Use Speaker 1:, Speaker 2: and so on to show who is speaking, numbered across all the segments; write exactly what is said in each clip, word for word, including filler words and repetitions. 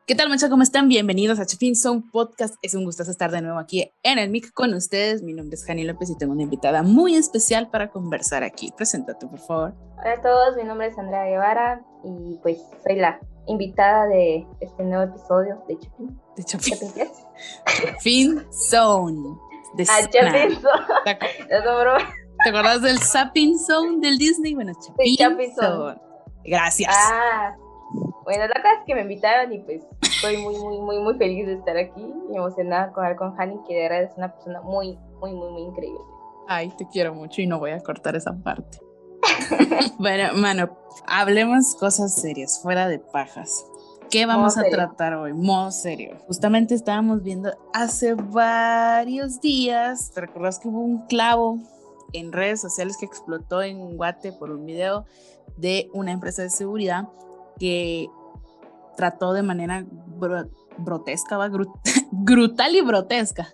Speaker 1: ¿Qué tal, muchachos? ¿Cómo están? Bienvenidos a Chapin Zone Podcast. Es un gustazo estar de nuevo aquí en el mic con ustedes. Mi nombre es Jani López y tengo una invitada muy especial para conversar aquí. Preséntate, por favor.
Speaker 2: Hola a todos, mi nombre es Andrea Guevara y pues soy la invitada de este nuevo episodio de Chapin.
Speaker 1: De Chapin. Chapin Zone. De
Speaker 2: ah, Chapin Zone.
Speaker 1: ¿Te, ¿Te acuerdas del Zapping Zone del Disney? Bueno, Chapin,
Speaker 2: sí, Chapin Zone.
Speaker 1: Zone. Gracias.
Speaker 2: Ah, bueno, la cosa es que me invitaron y pues estoy muy, muy, muy, muy feliz de estar aquí y emocionada con hablar con Hani, que de verdad es una persona muy, muy, muy, muy increíble.
Speaker 1: Ay, te quiero mucho y no voy a cortar esa parte. Bueno, mano, hablemos cosas serias, fuera de pajas. ¿Qué vamos a tratar hoy? Modo serio. Justamente estábamos viendo hace varios días, ¿te recuerdas que hubo un clavo en redes sociales que explotó en Guate por un video de una empresa de seguridad que trató de manera bro- grotesca, ¿va? Grut- brutal y grotesca.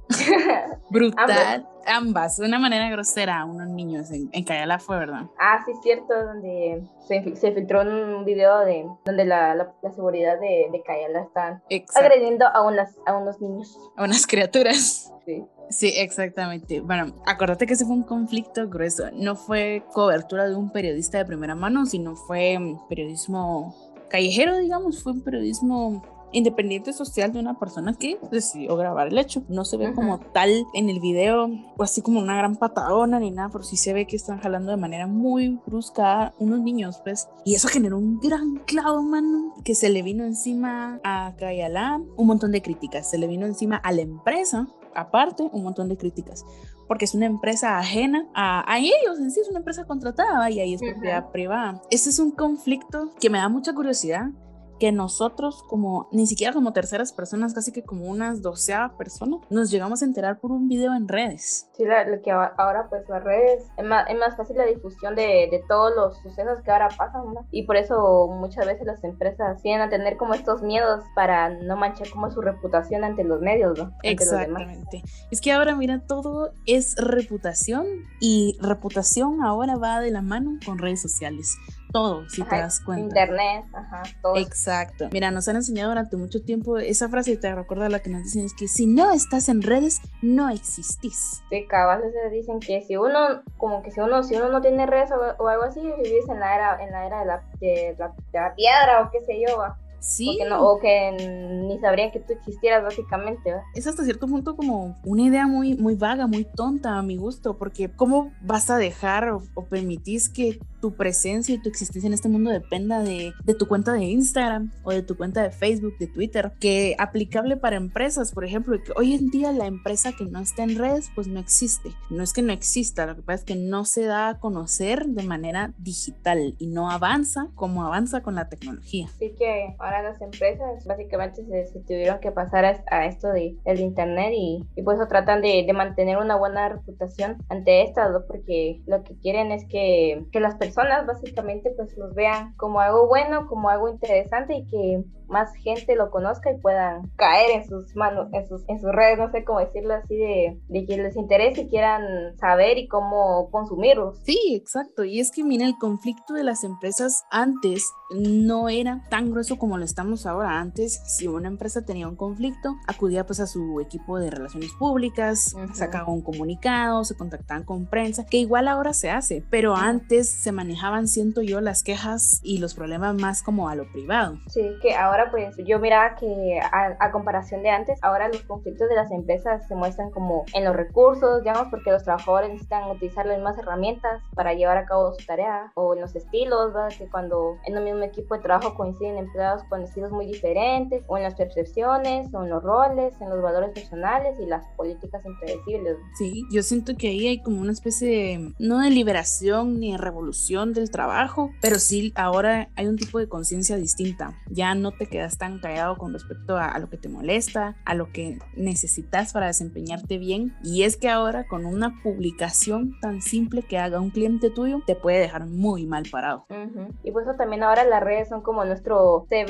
Speaker 1: Brutal, ambas. ambas, de una manera grosera a unos niños en, en Cayala fue, ¿verdad?
Speaker 2: Ah, sí, cierto, donde se, se filtró un video de donde la, la, la seguridad de, de Cayala están Exacto. agrediendo a, unas, a unos niños.
Speaker 1: A unas criaturas.
Speaker 2: Sí.
Speaker 1: Sí, exactamente. Bueno, acuérdate que ese fue un conflicto grueso. No fue cobertura de un periodista de primera mano, sino fue periodismo callejero, digamos. Fue un periodismo independiente social de una persona que decidió grabar el hecho. No se ve uh-huh. como tal en el video, o así como una gran patadona ni nada, pero sí se ve que están jalando de manera muy brusca a unos niños, pues. Y eso generó un gran clavo, mano, que se le vino encima a Cayala un montón de críticas. Se le vino encima a la empresa, aparte, un montón de críticas, porque es una empresa ajena a, a ellos en sí, es una empresa contratada y ahí es propiedad uh-huh. privada. Ese es un conflicto que me da mucha curiosidad, que nosotros como, ni siquiera como terceras personas, casi que como unas doceava personas, nos llegamos a enterar por un video en redes.
Speaker 2: Sí, la, lo que ahora pues las redes, es más, es más fácil la difusión de, de todos los sucesos que ahora pasan, ¿no? Y por eso muchas veces las empresas tienen a tener como estos miedos para no manchar como su reputación ante los medios, ¿no? Ante
Speaker 1: Exactamente. Es que ahora, mira, todo es reputación y reputación ahora va de la mano con redes sociales. Todo, si ajá, te das cuenta.
Speaker 2: Internet, ajá, todo.
Speaker 1: Exacto. Mira, nos han enseñado durante mucho tiempo esa frase, te recuerda la que nos dicen, es que si no estás en redes, no existís.
Speaker 2: Sí, cabales dicen que si uno, como que si uno, si uno no tiene redes o, o algo así, vivís en la era, en la era de la, de la, de la piedra o qué sé yo, ¿va?
Speaker 1: Sí.
Speaker 2: O que, no, o que ni sabrían que tú existieras básicamente, ¿verdad?
Speaker 1: Es hasta cierto punto como una idea muy, muy vaga, muy tonta a mi gusto, porque ¿cómo vas a dejar o, o permitís que tu presencia y tu existencia en este mundo dependa de, de tu cuenta de Instagram o de tu cuenta de Facebook, de Twitter? Que aplicable para empresas, por ejemplo, que hoy en día la empresa que no está en redes pues no existe. No es que no exista, lo que pasa es que no se da a conocer de manera digital y no avanza como avanza con la tecnología.
Speaker 2: Así que ahora las empresas básicamente se, se tuvieron que pasar a, a esto de, del internet y, y por eso tratan de, de mantener una buena reputación ante estas, ¿no? Porque lo que quieren es que, que las personas básicamente pues los vean como algo bueno, como algo interesante y que más gente lo conozca y puedan caer en sus manos, en sus, en sus redes, no sé cómo decirlo así, de, de que les interese y quieran saber y cómo consumirlos.
Speaker 1: Sí, exacto, y es que mira, el conflicto de las empresas antes no era tan grueso como lo estamos ahora. Antes, si una empresa tenía un conflicto, acudía pues a su equipo de relaciones públicas, uh-huh. sacaba un comunicado, se contactaban con prensa, que igual ahora se hace, pero uh-huh. antes se manejaban, siento yo, las quejas y los problemas más como a lo privado.
Speaker 2: Sí, que ahora pues yo miraba que a, a comparación de antes, ahora los conflictos de las empresas se muestran como en los recursos, digamos, porque los trabajadores necesitan utilizar las mismas herramientas para llevar a cabo su tarea, o en los estilos, ¿verdad? Que cuando en un mismo equipo de trabajo coinciden empleados con estilos muy diferentes, o en las percepciones, o en los roles, en los valores personales y las políticas impredecibles.
Speaker 1: Sí, yo siento que ahí hay como una especie de, no de liberación ni de revolución del trabajo, pero sí ahora hay un tipo de conciencia distinta. Ya no te quedas tan callado con respecto a, a lo que te molesta, a lo que necesitas para desempeñarte bien, y es que ahora con una publicación tan simple que haga un cliente tuyo te puede dejar muy mal parado.
Speaker 2: Uh-huh. Y por eso también ahora las redes son como nuestro C V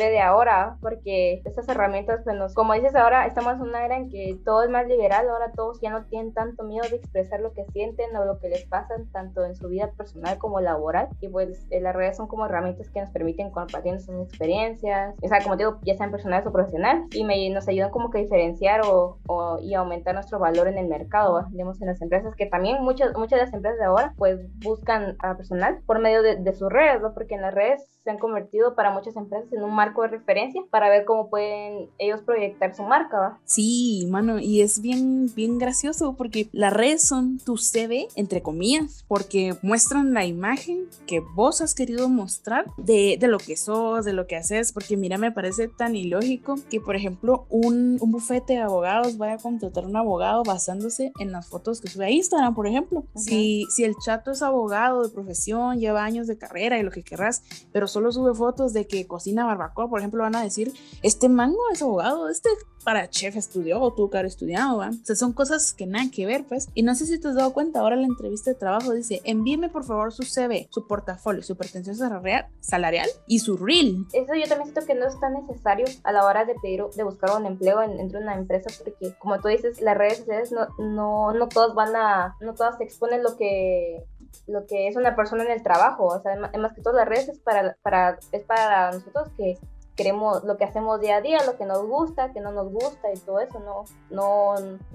Speaker 2: sucede ahora, porque estas herramientas, pues nos, como dices ahora, estamos en una era en que todo es más liberal, ahora todos ya no tienen tanto miedo de expresar lo que sienten o lo que les pasa, tanto en su vida personal como laboral, y pues eh, las redes son como herramientas que nos permiten compartir nuestras experiencias, o sea, como digo, ya sean personales o profesionales, y me, nos ayudan como que a diferenciar o, o y aumentar nuestro valor en el mercado, ¿va? Digamos, en las empresas, que también muchas, muchas de las empresas de ahora, pues buscan a personal por medio de, de sus redes, ¿no? Porque en las redes se han convertido para muchas empresas en un marco de referencia para ver cómo pueden ellos proyectar su marca, ¿va?
Speaker 1: Sí, mano, y es bien, bien gracioso porque las redes son tu C V, entre comillas, porque muestran la imagen que vos has querido mostrar de, de lo que sos, de lo que haces, porque mira, me parece tan ilógico que, por ejemplo, un, un bufete de abogados vaya a contratar a un abogado basándose en las fotos que sube a Instagram, por ejemplo. Uh-huh. Si, si el chato es abogado de profesión, lleva años de carrera y lo que querrás, pero solo sube fotos de que cocina barbacoa, por ejemplo, van a decir, este mango es abogado, este para chef estudió o tuvo que haber estudiado, ¿va? O sea, son cosas que nada que ver, pues. Y no sé si te has dado cuenta, ahora la entrevista de trabajo dice, envíeme por favor su C V, su portafolio, su pretensión salarial y su reel.
Speaker 2: Eso yo también siento que no es tan necesario a la hora de pedir, de buscar un empleo en, dentro de una empresa, porque como tú dices, las redes sociales no, no, no todas van a, no todas exponen lo que lo que es una persona en el trabajo, o sea, además que todas las redes es para, para, es para nosotros que queremos lo que hacemos día a día, lo que nos gusta, que no nos gusta y todo eso no, no,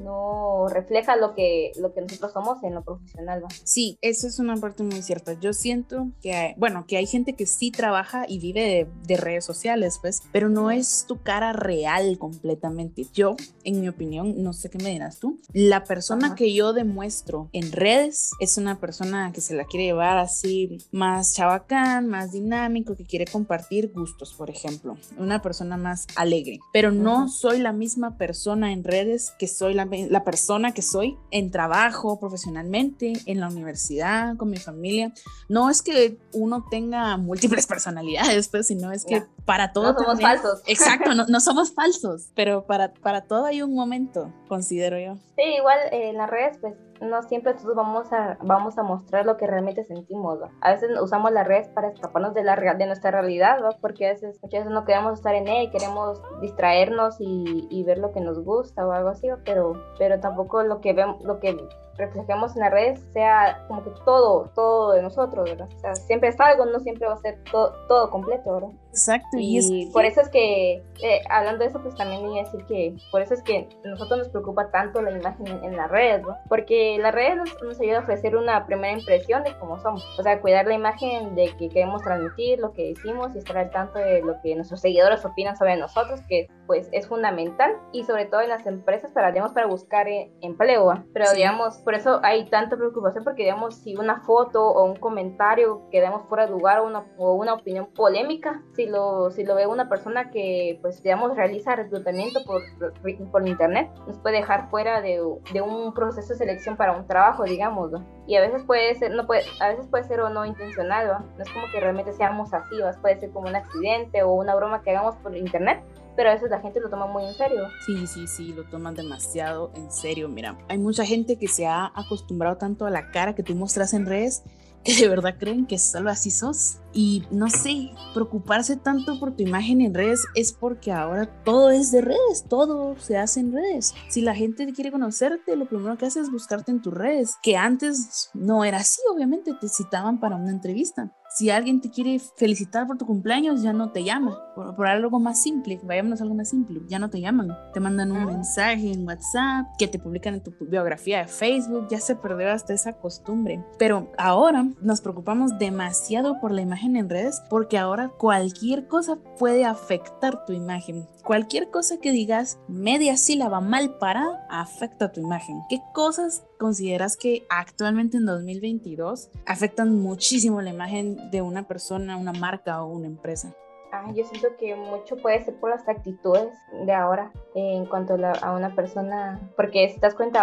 Speaker 2: no refleja lo que, lo que nosotros somos en lo profesional, ¿no?
Speaker 1: Sí, eso es una parte muy cierta. Yo siento que hay, bueno, que hay gente que sí trabaja y vive de, de redes sociales, pues, pero no es tu cara real completamente. Yo, en mi opinión, no sé qué me dirás tú, la persona Ajá. que yo demuestro en redes es una persona que se la quiere llevar así más chabacán, más dinámico, que quiere compartir gustos, por ejemplo. Una persona más alegre, pero no uh-huh. soy la misma persona en redes que soy la, la persona que soy en trabajo, profesionalmente, en la universidad, con mi familia. No es que uno tenga múltiples personalidades, pues, sino es que no. para todo
Speaker 2: no somos
Speaker 1: también,
Speaker 2: falsos.
Speaker 1: Exacto, no, no somos falsos, pero para, para todo hay un momento, considero yo.
Speaker 2: Sí, igual eh, en las redes, pues, no siempre todos vamos a, vamos a mostrar lo que realmente sentimos, ¿no? A veces usamos las redes para escaparnos de, la, de nuestra realidad, ¿no? Porque a veces, muchas veces no queremos estar en ella y queremos distraernos y, y ver lo que nos gusta o algo así, ¿no? pero, pero tampoco lo que vemos, lo que reflejemos en las redes sea como que todo, todo de nosotros, ¿verdad? O sea, siempre es algo, no siempre va a ser todo, todo completo, ¿verdad?
Speaker 1: Exacto.
Speaker 2: Y, y es por que... eso es que, eh, hablando de eso, pues también voy a decir que por eso es que a nosotros nos preocupa tanto la imagen en, en las redes, ¿no? Porque las redes nos, nos ayuda a ofrecer una primera impresión de cómo somos, o sea, cuidar la imagen de que queremos transmitir, lo que decimos y estar al tanto de lo que nuestros seguidores opinan sobre nosotros, que pues es fundamental, y sobre todo en las empresas para, digamos, para buscar eh, empleo, ¿eh? Pero sí. digamos, por eso hay tanta preocupación, porque digamos, si una foto o un comentario que demos fuera de lugar o una, o una opinión polémica, si lo, si lo ve una persona que, pues, digamos, realiza reclutamiento por, por internet, nos puede dejar fuera de, de un proceso de selección para un trabajo, digamos, ¿no? Y a veces puede ser, no puede, a veces puede ser o no intencional, ¿no? No es como que realmente seamos así, ¿no? Puede ser como un accidente o una broma que hagamos por internet, pero a veces la gente lo toma muy en serio.
Speaker 1: Sí, sí, sí, lo toman demasiado en serio. Mira, hay mucha gente que se ha acostumbrado tanto a la cara que tú mostras en redes que de verdad creen que solo así sos. Y no sé, preocuparse tanto por tu imagen en redes es porque ahora todo es de redes, todo se hace en redes. Si la gente quiere conocerte, lo primero que hace es buscarte en tus redes, que antes no era así, obviamente, te citaban para una entrevista. Si alguien te quiere felicitar por tu cumpleaños, ya no te llama. Por, por algo más simple, vayámonos a algo más simple, ya no te llaman. Te mandan un mensaje en WhatsApp, que te publican en tu biografía de Facebook, ya se perdió hasta esa costumbre. Pero ahora nos preocupamos demasiado por la imagen en redes, porque ahora cualquier cosa puede afectar tu imagen. Cualquier cosa que digas, media sílaba mal parada, afecta tu imagen. ¿Qué cosas consideras que actualmente en dos mil veintidós afectan muchísimo la imagen de una persona, una marca o una empresa?
Speaker 2: Ah, yo siento que mucho puede ser por las actitudes de ahora eh, en cuanto a, la, a una persona, porque si te das cuenta ahora,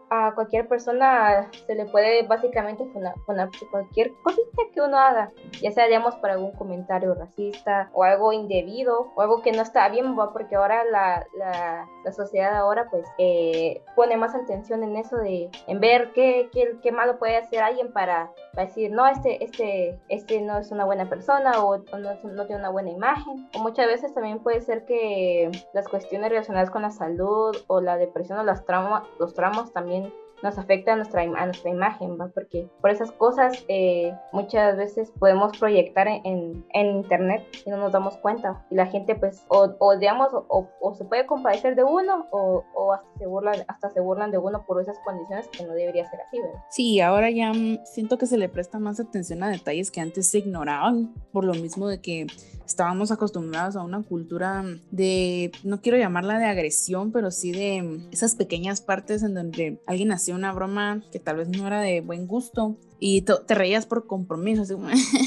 Speaker 2: a cualquier persona se le puede básicamente funar, funar por cualquier cosita que uno haga, ya sea, digamos, por algún comentario racista o algo indebido o algo que no está bien, ¿va? Porque ahora la, la, la sociedad ahora pues eh, pone más atención en eso de en ver qué, qué, qué malo puede hacer alguien para, para decir, no, este, este, este no es una buena persona o, o no, no tiene una buena imagen. O muchas veces también puede ser que las cuestiones relacionadas con la salud o la depresión o las trauma, los traumas también nos afecta a nuestra, a nuestra imagen, ¿va? Porque por esas cosas eh, muchas veces podemos proyectar en, en, en internet y no nos damos cuenta. Y la gente pues o, o digamos, o, o se puede compadecer de uno o, o hasta, se burlan, hasta se burlan de uno por esas condiciones que no debería ser así, ¿verdad?
Speaker 1: Sí, ahora ya siento que se le presta más atención a detalles que antes se ignoraban, por lo mismo de que estábamos acostumbrados a una cultura de, no quiero llamarla de agresión, pero sí de esas pequeñas partes en donde alguien hacía una broma que tal vez no era de buen gusto y te, te reías por compromiso, así como,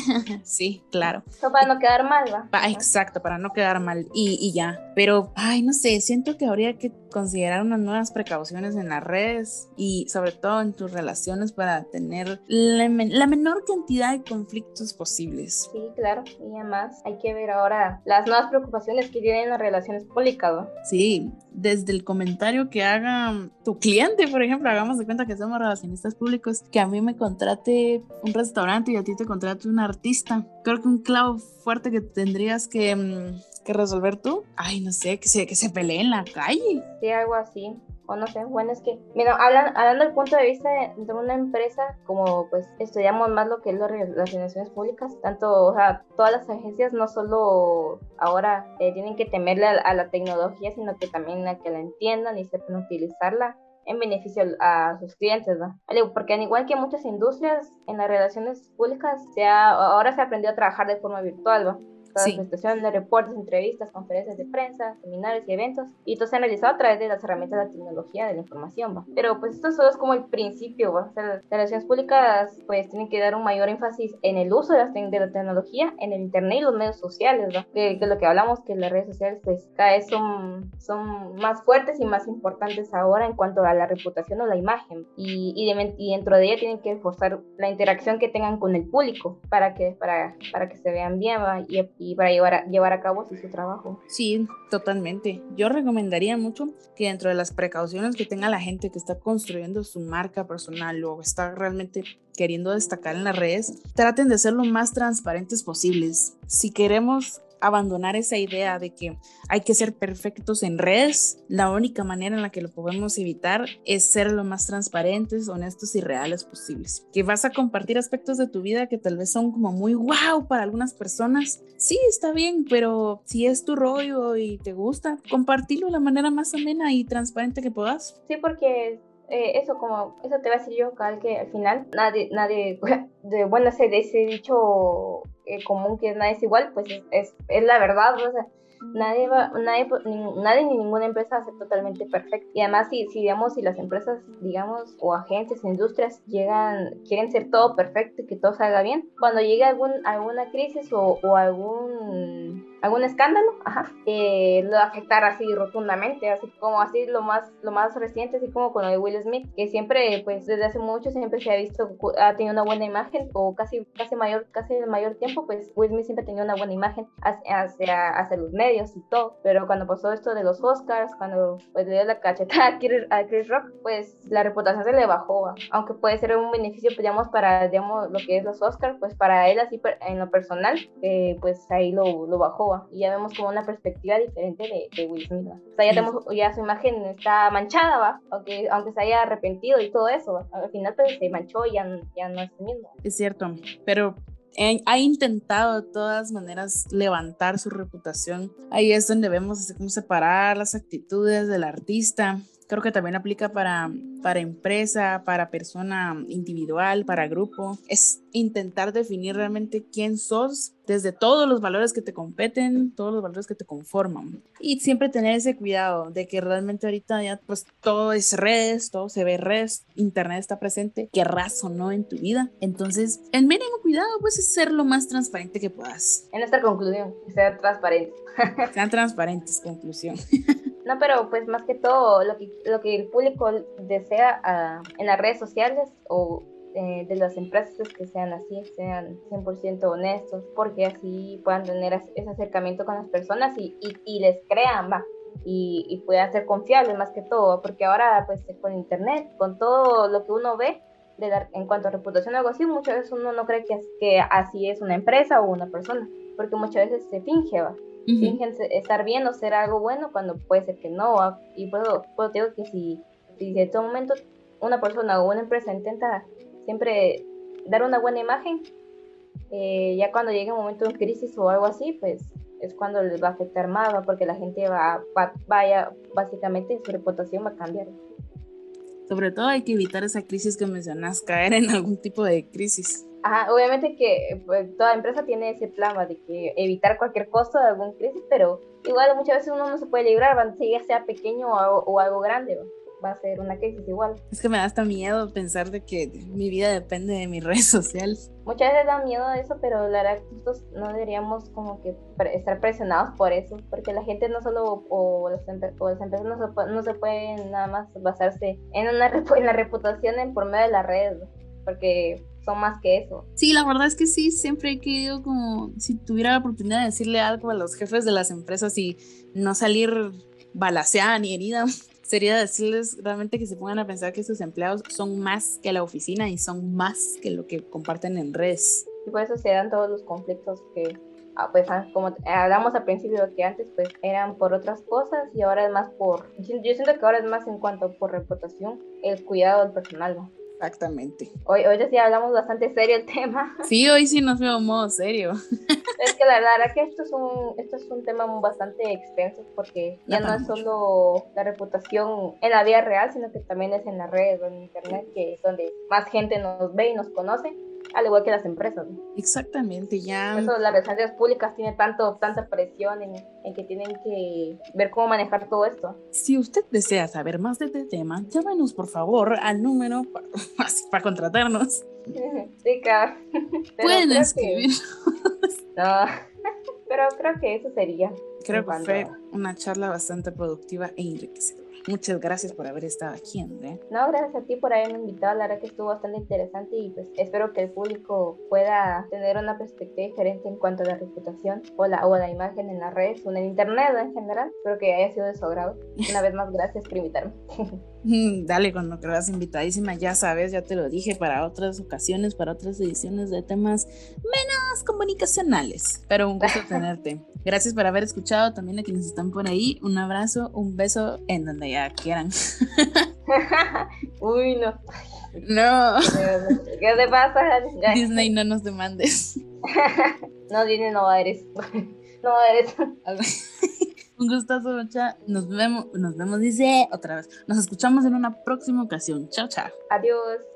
Speaker 1: sí, claro.
Speaker 2: Eso para no quedar mal, ¿va?
Speaker 1: Pa, exacto, para no quedar mal y, y ya. Pero, ay, no sé, siento que habría que considerar unas nuevas precauciones en las redes y sobre todo en tus relaciones para tener la, la menor cantidad de conflictos posibles.
Speaker 2: Sí, claro, y además hay que ver ahora las nuevas preocupaciones que tienen las relaciones públicas, ¿no?
Speaker 1: Sí, desde el comentario que haga tu cliente, por ejemplo, hagamos de cuenta que somos relacionistas públicos, que a mí me contrate un restaurante y a ti te contrate un artista. Creo que un clavo fuerte que tendrías que, que resolver tú, ay, no sé, que se, que se pelee en la calle.
Speaker 2: Sí, algo así. O no sé, bueno, es que, mira, hablan, hablando del punto de vista de, de una empresa, como pues estudiamos más lo que es las relaciones públicas, tanto, o sea, todas las agencias no solo ahora eh, tienen que temerle a, a la tecnología, sino que también a que la entiendan y sepan utilizarla en beneficio a sus clientes, ¿no? Porque al igual que muchas industrias en las relaciones públicas, se ha, ahora se ha aprendido a trabajar de forma virtual, ¿no? Todas las prestaciones de reportes, entrevistas, conferencias de prensa, seminarios y eventos, y todo se ha realizado a través de las herramientas de la tecnología de la información, ¿va? Pero pues esto solo es como el principio, ¿va? O sea, las relaciones públicas pues tienen que dar un mayor énfasis en el uso de la, de la tecnología, en el internet y los medios sociales, ¿va? Que, que lo que hablamos, que las redes sociales pues cada vez son, son más fuertes y más importantes ahora en cuanto a la reputación o la imagen, y, y, de, y dentro de ella tienen que forzar la interacción que tengan con el público para que, para, para que se vean bien, ¿va? Y, y para llevar a, llevar a cabo sí, su trabajo.
Speaker 1: Sí, totalmente. Yo recomendaría mucho que dentro de las precauciones que tenga la gente que está construyendo su marca personal o está realmente queriendo destacar en las redes, traten de ser lo más transparentes posibles. Si queremos abandonar esa idea de que hay que ser perfectos en redes, la única manera en la que lo podemos evitar es ser lo más transparentes, honestos y reales posibles. Que vas a compartir aspectos de tu vida que tal vez son como muy wow para algunas personas, sí, está bien, pero si es tu rollo y te gusta, compartirlo de la manera más amena y transparente que puedas.
Speaker 2: Sí, porque eh, eso como eso te va a decir yo, Cal, que al final nadie, nadie, de bueno, ese, de ese dicho eh, común que nadie es igual, pues es, es, es la verdad, o sea, nadie va, nadie, ni, nadie ni ninguna empresa va a ser totalmente perfecta. Y además si, si digamos, si las empresas, digamos, o agencias, industrias llegan, quieren ser todo perfecto y que todo salga bien, cuando llegue algún, alguna crisis o, o algún algún escándalo, ajá, eh, lo va a afectar así rotundamente, así como así lo más, lo más reciente, así como con lo de Will Smith, que siempre, pues desde hace mucho siempre se ha visto, ha tenido una buena imagen, o casi, casi mayor, casi el mayor tiempo, pues Will Smith siempre tenía una buena imagen hacia, hacia, hacia los medios y todo, pero cuando pasó esto de los Oscars, cuando pues le dio la cachetada a Chris, a Chris Rock, pues la reputación se le bajó, aunque puede ser un beneficio, pues, digamos, para, digamos, lo que es los Oscars, pues para él así en lo personal, eh, pues ahí lo, lo bajó, y ya vemos como una perspectiva diferente de, de Will Smith, ¿va? O sea, ya, sí. tenemos, ya su imagen está manchada, ¿va? Aunque, aunque se haya arrepentido y todo eso, ¿va? Al final pues se manchó y ya, ya no es el mismo.
Speaker 1: Es cierto, pero ha intentado de todas maneras levantar su reputación. Ahí es donde vemos así como separar las actitudes del artista. Creo que también aplica para, para empresa, para persona individual, para grupo. Es intentar definir realmente quién sos desde todos los valores que te competen, todos los valores que te conforman. Y siempre tener ese cuidado de que realmente ahorita ya pues todo es redes, todo se ve redes, internet está presente, querrás o no en tu vida. Entonces, el mínimo cuidado pues es ser lo más transparente que puedas.
Speaker 2: En nuestra conclusión, ser transparente.
Speaker 1: Sean transparentes, conclusión.
Speaker 2: No, pero pues más que todo lo que, lo que el público desea uh, en las redes sociales o eh, de las empresas es que sean así, sean cien por ciento honestos, porque así puedan tener ese acercamiento con las personas y, y, y les crean, va, y, y puedan ser confiables más que todo, porque ahora pues con internet, con todo lo que uno ve de la, en cuanto a reputación o algo así, muchas veces uno no cree que, que así es una empresa o una persona, porque muchas veces se finge, va. Uh-huh. Fingen estar bien o ser algo bueno cuando puede ser que no, y puedo, puedo te digo que si, si en todo momento una persona o una empresa intenta siempre dar una buena imagen, eh, ya cuando llegue un momento de crisis o algo así, pues es cuando les va a afectar más, ¿no? Porque la gente va, va vaya, básicamente su reputación va a cambiar.
Speaker 1: Sobre todo hay que evitar esa crisis que mencionas, caer en algún tipo de crisis.
Speaker 2: Ajá, obviamente que pues, toda empresa tiene ese plan de que evitar cualquier costo de alguna crisis, pero igual muchas veces uno no se puede librar, si ya sea pequeño o algo, o algo grande, ¿no? Va a ser una crisis igual.
Speaker 1: Es que me da hasta miedo pensar de que mi vida depende de mis redes sociales.
Speaker 2: Muchas veces da miedo de eso, pero la verdad nosotros no deberíamos como que estar presionados por eso, porque la gente no solo, o las, o las empresas no se, no se pueden nada más basarse en, una, en la reputación en por medio de las redes, ¿no? Porque son más que eso.
Speaker 1: Sí, la verdad es que sí, siempre he querido como, si tuviera la oportunidad de decirle algo a los jefes de las empresas y no salir balaceada ni herida, sería decirles realmente que se pongan a pensar que sus empleados son más que la oficina y son más que lo que comparten en redes.
Speaker 2: Y por eso se dan todos los conflictos que, pues como hablamos al principio, que antes pues eran por otras cosas y ahora es más por, yo siento que ahora es más en cuanto por reputación, el cuidado del personal, ¿no?
Speaker 1: Exactamente.
Speaker 2: Hoy, hoy sí hablamos bastante serio el tema.
Speaker 1: Sí, hoy sí nos veo modo serio.
Speaker 2: Es que la verdad que esto es un, esto es un tema bastante extenso porque ya no, no es solo la reputación en la vida real, sino que también es en las redes o en internet, que es donde más gente nos ve y nos conoce, al igual que las empresas, ¿no?
Speaker 1: Exactamente, ya.
Speaker 2: Por eso las relaciones públicas tienen tanto, tanta presión en, en que tienen que ver cómo manejar todo esto.
Speaker 1: Si usted desea saber más de este tema, llámenos por favor al número para, para contratarnos.
Speaker 2: Sí, claro.
Speaker 1: Pueden escribir.
Speaker 2: Que... No, pero creo que eso sería.
Speaker 1: Creo que fue una charla bastante productiva e enriquecedora. Muchas gracias por haber estado aquí, Andrea.
Speaker 2: No, gracias a ti por haberme invitado. La verdad que estuvo bastante interesante y pues espero que el público pueda tener una perspectiva diferente en cuanto a la reputación o la, o la imagen en las redes o en el internet en general. Espero que haya sido de su agrado. Una vez más, gracias por invitarme.
Speaker 1: Dale, cuando creas invitadísima, ya sabes, ya te lo dije, para otras ocasiones, para otras ediciones de temas menos comunicacionales. Pero un gusto tenerte. Gracias por haber escuchado también a quienes están por ahí. Un abrazo, un beso en donde ya quieran.
Speaker 2: Uy, no.
Speaker 1: No.
Speaker 2: ¿Qué te pasa?
Speaker 1: Disney, no nos demandes.
Speaker 2: No, Disney no va a eres. No va a eres.
Speaker 1: Un gustazo, Rocha. Nos vemos, nos vemos, dice otra vez. Nos escuchamos en una próxima ocasión. Chao, chao.
Speaker 2: Adiós.